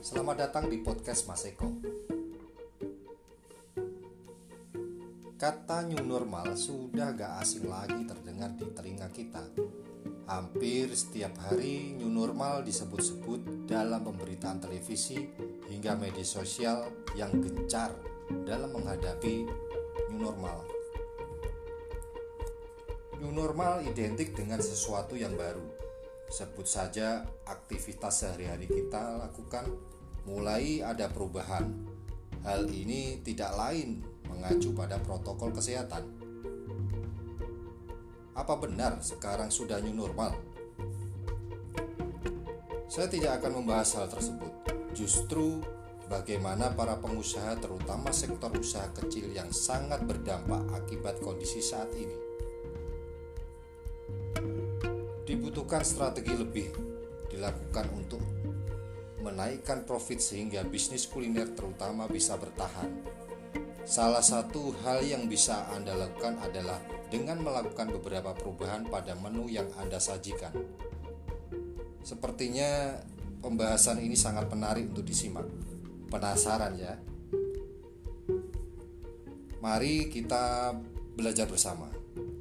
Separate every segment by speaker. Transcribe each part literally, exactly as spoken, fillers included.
Speaker 1: Selamat datang di podcast Mas Eko. Kata new normal sudah gak asing lagi terdengar di telinga kita. Hampir setiap hari new normal disebut-sebut dalam pemberitaan televisi hingga media sosial yang gencar dalam menghadapi new normal. New normal identik dengan sesuatu yang baru. Sebut saja aktivitas sehari-hari kita lakukan mulai ada perubahan. Hal ini tidak lain mengacu pada protokol kesehatan. Apa benar sekarang sudah new normal? Saya tidak akan membahas hal tersebut. Justru bagaimana para pengusaha terutama sektor usaha kecil yang sangat berdampak akibat kondisi saat ini. Dibutuhkan strategi lebih dilakukan untuk menaikkan profit sehingga bisnis kuliner terutama bisa bertahan. Salah satu hal yang bisa Anda lakukan adalah dengan melakukan beberapa perubahan pada menu yang Anda sajikan. Sepertinya pembahasan ini sangat menarik untuk disimak. Penasaran ya? Mari kita belajar bersama.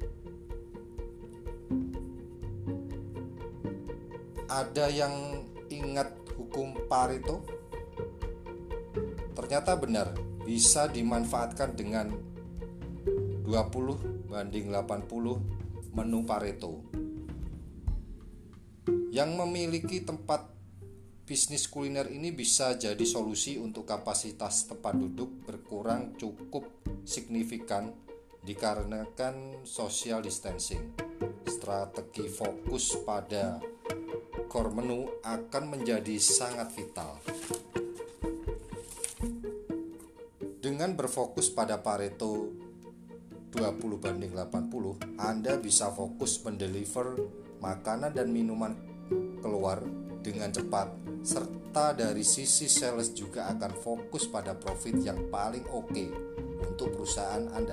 Speaker 1: Ada yang ingat hukum Pareto? Ternyata benar, bisa dimanfaatkan dengan dua puluh banding delapan puluh menu Pareto. Yang memiliki tempat bisnis kuliner ini bisa jadi solusi untuk kapasitas tempat duduk berkurang cukup signifikan dikarenakan social distancing. Strategi fokus pada core menu akan menjadi sangat vital. Dengan berfokus pada Pareto dua puluh banding delapan puluh, Anda bisa fokus mendeliver makanan dan minuman keluar dengan cepat, serta dari sisi sales juga akan fokus pada profit yang paling oke untuk perusahaan Anda.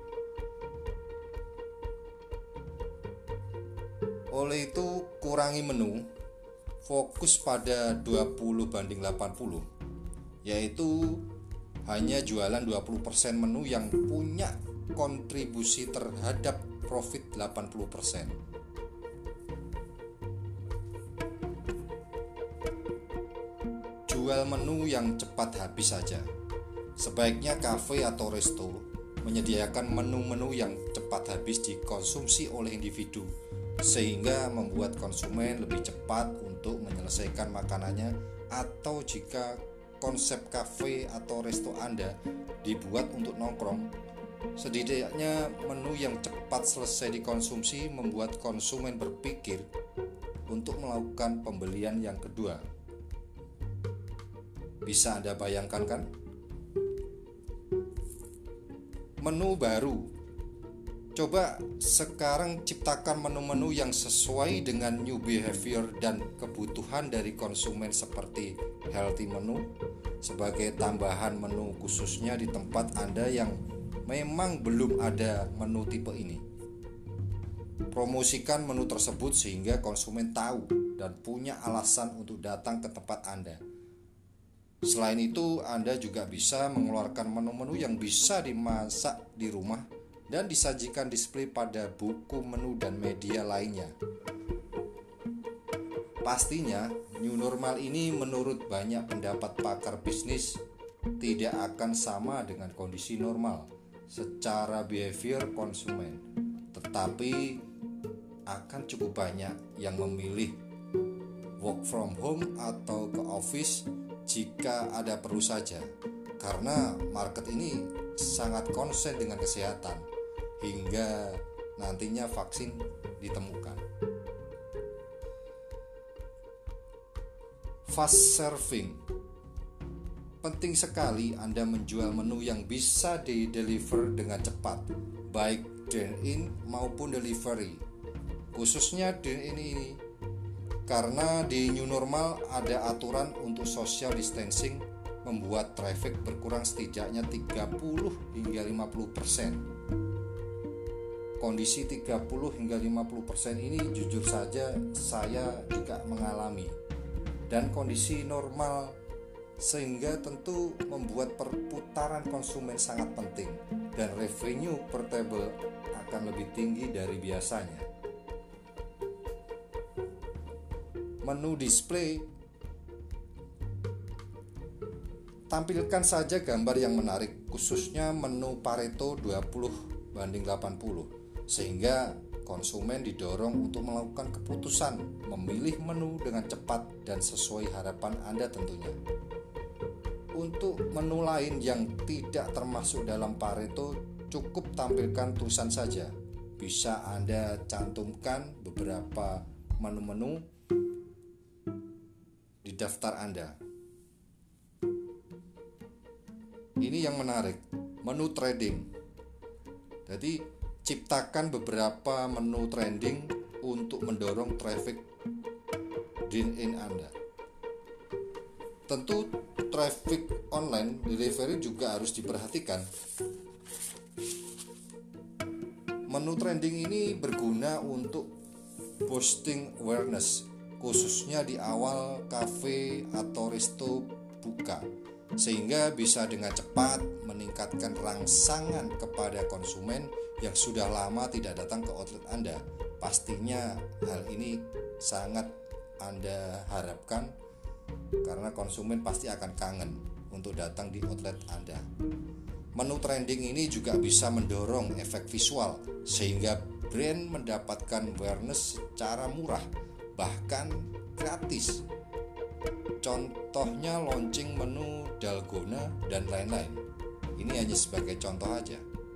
Speaker 1: Oleh itu, kurangi menu, fokus pada dua puluh banding delapan puluh, yaitu hanya jualan dua puluh persen menu yang punya kontribusi terhadap profit delapan puluh persen. Jual menu yang cepat habis saja. Sebaiknya kafe atau resto menyediakan menu-menu yang cepat habis dikonsumsi oleh individu, sehingga membuat konsumen lebih cepat untuk menyelesaikan makanannya. Atau jika konsep kafe atau resto Anda dibuat untuk nongkrong, setidaknya menu yang cepat selesai dikonsumsi membuat konsumen berpikir untuk melakukan pembelian yang kedua. Bisa Anda bayangkan kan? Menu baru. Coba sekarang ciptakan menu-menu yang sesuai dengan new behavior dan kebutuhan dari konsumen seperti healthy menu sebagai tambahan menu khususnya di tempat Anda yang memang belum ada menu tipe ini. Promosikan menu tersebut sehingga konsumen tahu dan punya alasan untuk datang ke tempat Anda. Selain itu, Anda juga bisa mengeluarkan menu-menu yang bisa dimasak di rumah dan disajikan display pada buku menu dan media lainnya. Pastinya, new normal ini menurut banyak pendapat pakar bisnis tidak akan sama dengan kondisi normal secara behavior konsumen, tetapi akan cukup banyak yang memilih work from home atau ke office jika ada perlu saja, karena market ini sangat konsen dengan kesehatan hingga nantinya vaksin ditemukan. Fast serving. Penting sekali Anda menjual menu yang bisa di-deliver dengan cepat, baik dine-in maupun delivery. Khususnya dine-in ini, karena di new normal ada aturan untuk social distancing membuat traffic berkurang setidaknya tiga puluh hingga lima puluh persen. Kondisi tiga puluh hingga lima puluh persen ini jujur saja saya juga mengalami. Dan kondisi normal sehingga tentu membuat perputaran konsumen sangat penting dan revenue per table akan lebih tinggi dari biasanya. Menu display, tampilkan saja gambar yang menarik, khususnya menu Pareto dua puluh banding delapan puluh, sehingga konsumen didorong untuk melakukan keputusan memilih menu dengan cepat dan sesuai harapan Anda tentunya. Untuk menu lain yang tidak termasuk dalam Pareto, cukup tampilkan tulisan saja. Bisa Anda cantumkan beberapa menu-menu di daftar Anda. Ini yang menarik, menu trading. Jadi ciptakan beberapa menu trending untuk mendorong traffic dine-in Anda. Tentu traffic online delivery juga harus diperhatikan. Menu trending ini berguna untuk boosting awareness, khususnya di awal kafe atau resto buka, sehingga bisa dengan cepat meningkatkan rangsangan kepada konsumen yang sudah lama tidak datang ke outlet Anda. Pastinya hal ini sangat Anda harapkan karena konsumen pasti akan kangen untuk datang di outlet Anda. Menu trending ini juga bisa mendorong efek visual sehingga brand mendapatkan awareness secara murah, bahkan gratis. Contohnya launching menu dalgona dan lain-lain. Ini hanya sebagai contoh aja.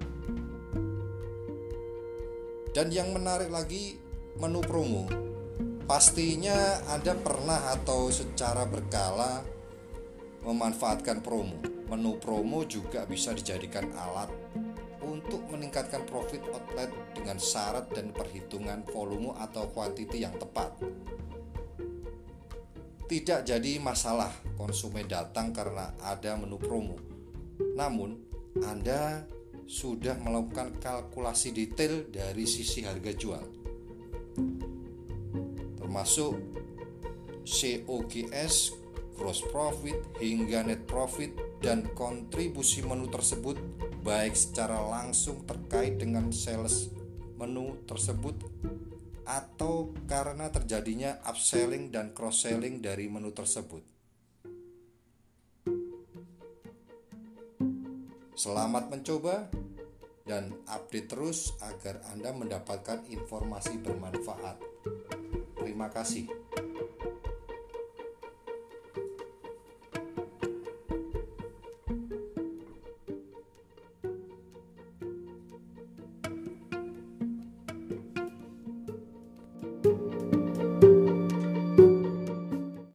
Speaker 1: Dan yang menarik lagi, menu promo. Pastinya Anda pernah atau secara berkala memanfaatkan promo. Menu promo juga bisa dijadikan alat untuk meningkatkan profit outlet dengan syarat dan perhitungan volume atau quantity yang tepat. Tidak jadi masalah konsumen datang karena ada menu promo. Namun, Anda sudah melakukan kalkulasi detail dari sisi harga jual, termasuk C O G S, gross profit, hingga net profit, dan kontribusi menu tersebut baik secara langsung terkait dengan sales menu tersebut atau karena terjadinya upselling dan cross-selling dari menu tersebut. Selamat mencoba dan update terus agar Anda mendapatkan informasi bermanfaat. Terima kasih.